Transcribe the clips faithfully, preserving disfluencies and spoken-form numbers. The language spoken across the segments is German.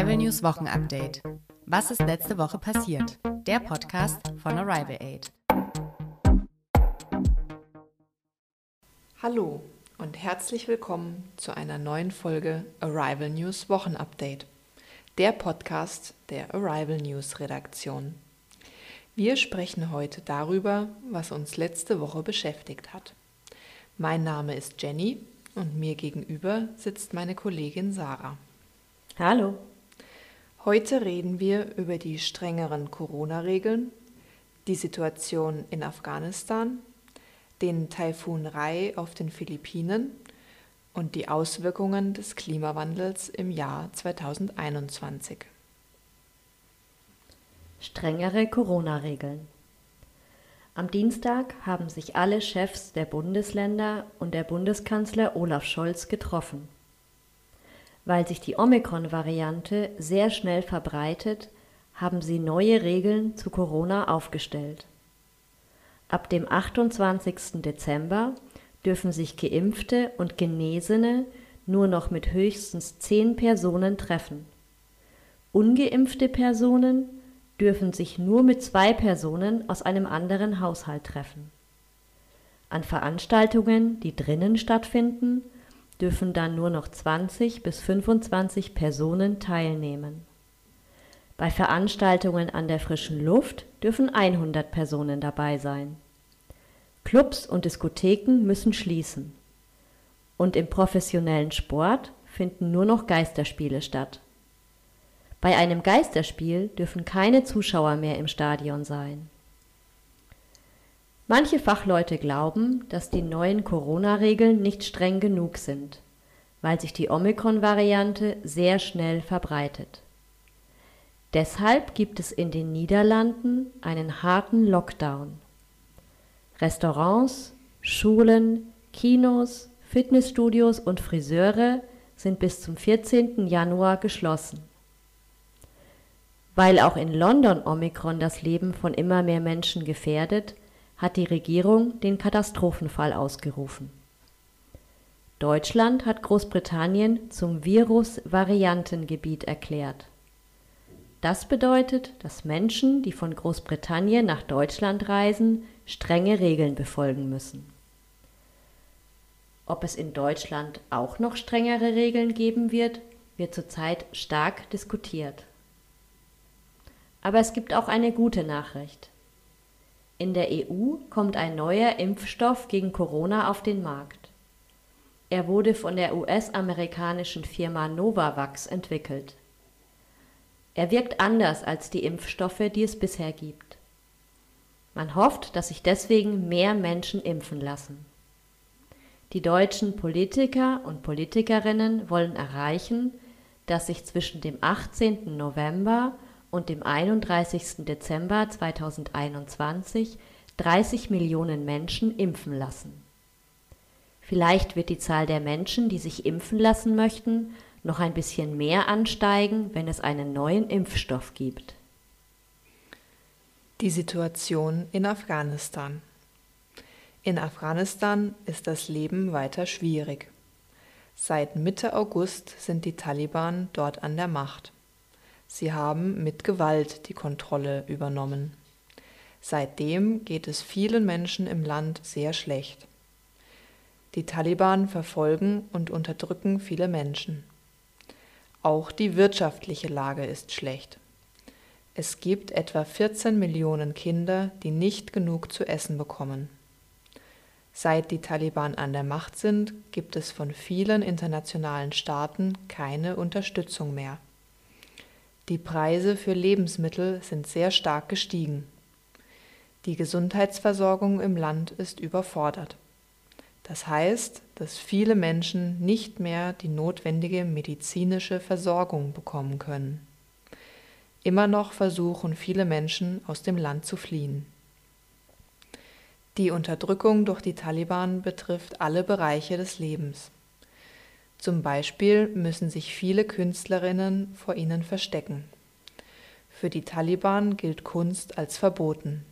Arrival News Wochenupdate. Was ist letzte Woche passiert? Der Podcast von Arrival Aid. Hallo und herzlich willkommen zu einer neuen Folge Arrival News Wochenupdate, der Podcast der Arrival News Redaktion. Wir sprechen heute darüber, was uns letzte Woche beschäftigt hat. Mein Name ist Jenny und mir gegenüber sitzt meine Kollegin Sarah. Hallo. Heute reden wir über die strengeren Corona-Regeln, die Situation in Afghanistan, den Taifun Rai auf den Philippinen und die Auswirkungen des Klimawandels im Jahr zweitausendeinundzwanzig. Strengere Corona-Regeln. Am Dienstag haben sich alle Chefs der Bundesländer und der Bundeskanzler Olaf Scholz getroffen. Weil sich die Omikron-Variante sehr schnell verbreitet, haben sie neue Regeln zu Corona aufgestellt. Ab dem achtundzwanzigsten Dezember dürfen sich Geimpfte und Genesene nur noch mit höchstens zehn Personen treffen. Ungeimpfte Personen dürfen sich nur mit zwei Personen aus einem anderen Haushalt treffen. An Veranstaltungen, die drinnen stattfinden, dürfen dann nur noch zwanzig bis fünfundzwanzig Personen teilnehmen. Bei Veranstaltungen an der frischen Luft dürfen hundert Personen dabei sein. Clubs und Diskotheken müssen schließen. Und im professionellen Sport finden nur noch Geisterspiele statt. Bei einem Geisterspiel dürfen keine Zuschauer mehr im Stadion sein. Manche Fachleute glauben, dass die neuen Corona-Regeln nicht streng genug sind, weil sich die Omikron-Variante sehr schnell verbreitet. Deshalb gibt es in den Niederlanden einen harten Lockdown. Restaurants, Schulen, Kinos, Fitnessstudios und Friseure sind bis zum vierzehnten Januar geschlossen. Weil auch in London Omikron das Leben von immer mehr Menschen gefährdet, hat die Regierung den Katastrophenfall ausgerufen. Deutschland hat Großbritannien zum Virus-Variantengebiet erklärt. Das bedeutet, dass Menschen, die von Großbritannien nach Deutschland reisen, strenge Regeln befolgen müssen. Ob es in Deutschland auch noch strengere Regeln geben wird, wird zurzeit stark diskutiert. Aber es gibt auch eine gute Nachricht. In der E U kommt ein neuer Impfstoff gegen Corona auf den Markt. Er wurde von der U S-amerikanischen Firma Novavax entwickelt. Er wirkt anders als die Impfstoffe, die es bisher gibt. Man hofft, dass sich deswegen mehr Menschen impfen lassen. Die deutschen Politiker und Politikerinnen wollen erreichen, dass sich zwischen dem achtzehnten November und dem einunddreißigsten Dezember zweitausendeinundzwanzig dreißig Millionen Menschen impfen lassen. Vielleicht wird die Zahl der Menschen, die sich impfen lassen möchten, noch ein bisschen mehr ansteigen, wenn es einen neuen Impfstoff gibt. Die Situation in Afghanistan. In Afghanistan ist das Leben weiter schwierig. Seit Mitte August sind die Taliban dort an der Macht. Sie haben mit Gewalt die Kontrolle übernommen. Seitdem geht es vielen Menschen im Land sehr schlecht. Die Taliban verfolgen und unterdrücken viele Menschen. Auch die wirtschaftliche Lage ist schlecht. Es gibt etwa vierzehn Millionen Kinder, die nicht genug zu essen bekommen. Seit die Taliban an der Macht sind, gibt es von vielen internationalen Staaten keine Unterstützung mehr. Die Preise für Lebensmittel sind sehr stark gestiegen. Die Gesundheitsversorgung im Land ist überfordert. Das heißt, dass viele Menschen nicht mehr die notwendige medizinische Versorgung bekommen können. Immer noch versuchen viele Menschen, aus dem Land zu fliehen. Die Unterdrückung durch die Taliban betrifft alle Bereiche des Lebens. Zum Beispiel müssen sich viele Künstlerinnen vor ihnen verstecken. Für die Taliban gilt Kunst als verboten.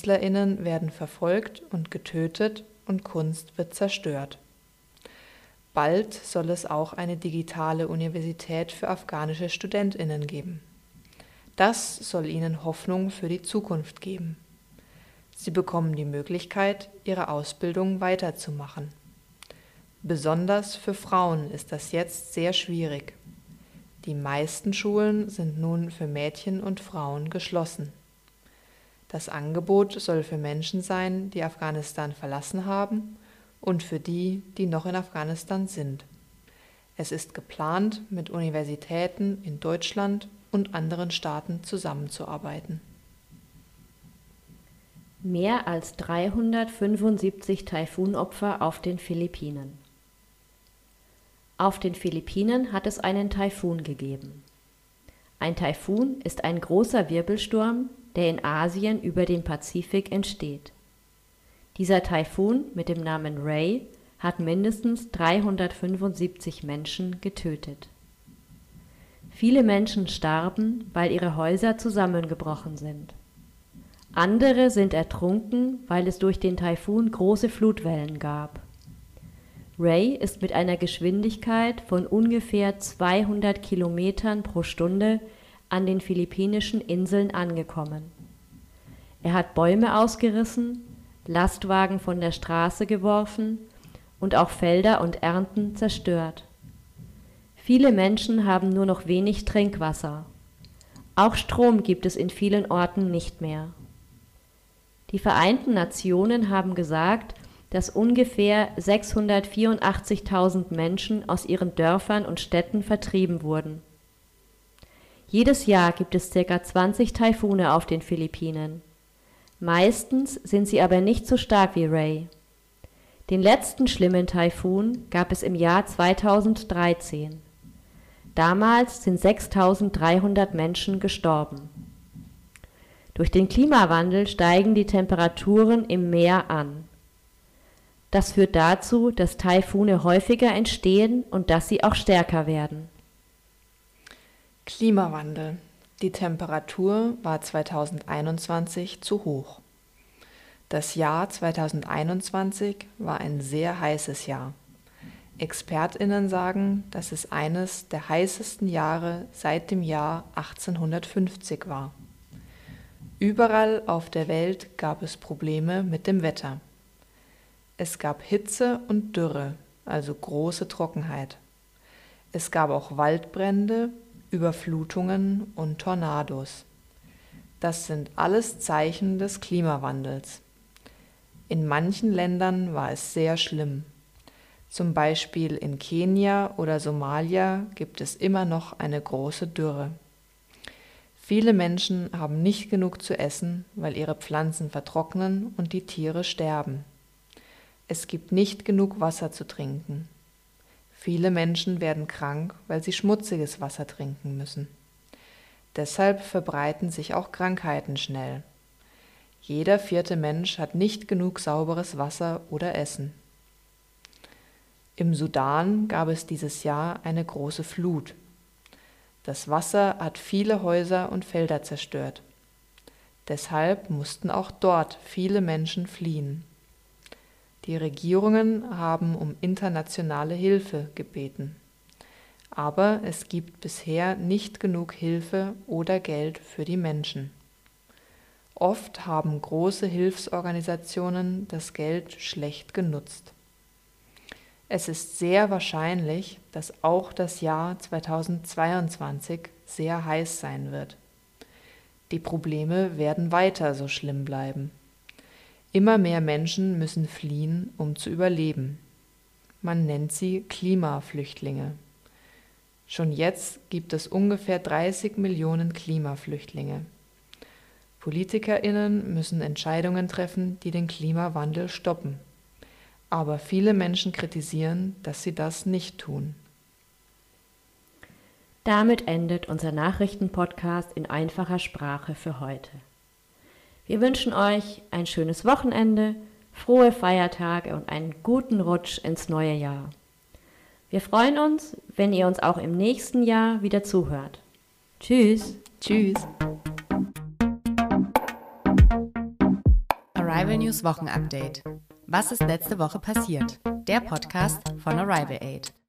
KünstlerInnen werden verfolgt und getötet und Kunst wird zerstört. Bald soll es auch eine digitale Universität für afghanische StudentInnen geben. Das soll ihnen Hoffnung für die Zukunft geben. Sie bekommen die Möglichkeit, ihre Ausbildung weiterzumachen. Besonders für Frauen ist das jetzt sehr schwierig. Die meisten Schulen sind nun für Mädchen und Frauen geschlossen. Das Angebot soll für Menschen sein, die Afghanistan verlassen haben und für die, die noch in Afghanistan sind. Es ist geplant, mit Universitäten in Deutschland und anderen Staaten zusammenzuarbeiten. Mehr als dreihundertfünfundsiebzig Taifunopfer auf den Philippinen. Auf den Philippinen hat es einen Taifun gegeben. Ein Taifun ist ein großer Wirbelsturm, der in Asien über den Pazifik entsteht. Dieser Taifun mit dem Namen Ray hat mindestens dreihundertfünfundsiebzig Menschen getötet. Viele Menschen starben, weil ihre Häuser zusammengebrochen sind. Andere sind ertrunken, weil es durch den Taifun große Flutwellen gab. Ray ist mit einer Geschwindigkeit von ungefähr zweihundert Kilometern pro Stunde an den philippinischen Inseln angekommen. Er hat Bäume ausgerissen, Lastwagen von der Straße geworfen und auch Felder und Ernten zerstört. Viele Menschen haben nur noch wenig Trinkwasser. Auch Strom gibt es in vielen Orten nicht mehr. Die Vereinten Nationen haben gesagt, dass ungefähr sechshundertvierundachtzigtausend Menschen aus ihren Dörfern und Städten vertrieben wurden. Jedes Jahr gibt es ca. zwanzig Taifune auf den Philippinen. Meistens sind sie aber nicht so stark wie Ray. Den letzten schlimmen Taifun gab es im Jahr zweitausenddreizehn. Damals sind sechstausenddreihundert Menschen gestorben. Durch den Klimawandel steigen die Temperaturen im Meer an. Das führt dazu, dass Taifune häufiger entstehen und dass sie auch stärker werden. Klimawandel. Die Temperatur war zweitausendeinundzwanzig zu hoch. Das Jahr zweitausendeinundzwanzig war ein sehr heißes Jahr. ExpertInnen sagen, dass es eines der heißesten Jahre seit dem Jahr achtzehnhundertfünfzig war. Überall auf der Welt gab es Probleme mit dem Wetter. Es gab Hitze und Dürre, also große Trockenheit. Es gab auch Waldbrände, Überflutungen und Tornados. Das sind alles Zeichen des Klimawandels. In manchen Ländern war es sehr schlimm. Zum Beispiel in Kenia oder Somalia gibt es immer noch eine große Dürre. Viele Menschen haben nicht genug zu essen, weil ihre Pflanzen vertrocknen und die Tiere sterben. Es gibt nicht genug Wasser zu trinken. Viele Menschen werden krank, weil sie schmutziges Wasser trinken müssen. Deshalb verbreiten sich auch Krankheiten schnell. Jeder vierte Mensch hat nicht genug sauberes Wasser oder Essen. Im Sudan gab es dieses Jahr eine große Flut. Das Wasser hat viele Häuser und Felder zerstört. Deshalb mussten auch dort viele Menschen fliehen. Die Regierungen haben um internationale Hilfe gebeten. Aber es gibt bisher nicht genug Hilfe oder Geld für die Menschen. Oft haben große Hilfsorganisationen das Geld schlecht genutzt. Es ist sehr wahrscheinlich, dass auch das Jahr zweitausendzweiundzwanzig sehr heiß sein wird. Die Probleme werden weiter so schlimm bleiben. Immer mehr Menschen müssen fliehen, um zu überleben. Man nennt sie Klimaflüchtlinge. Schon jetzt gibt es ungefähr dreißig Millionen Klimaflüchtlinge. PolitikerInnen müssen Entscheidungen treffen, die den Klimawandel stoppen. Aber viele Menschen kritisieren, dass sie das nicht tun. Damit endet unser Nachrichtenpodcast in einfacher Sprache für heute. Wir wünschen euch ein schönes Wochenende, frohe Feiertage und einen guten Rutsch ins neue Jahr. Wir freuen uns, wenn ihr uns auch im nächsten Jahr wieder zuhört. Tschüss. Tschüss. Arrival News Wochenupdate. Was ist letzte Woche passiert? der Podcast von Arrival Aid.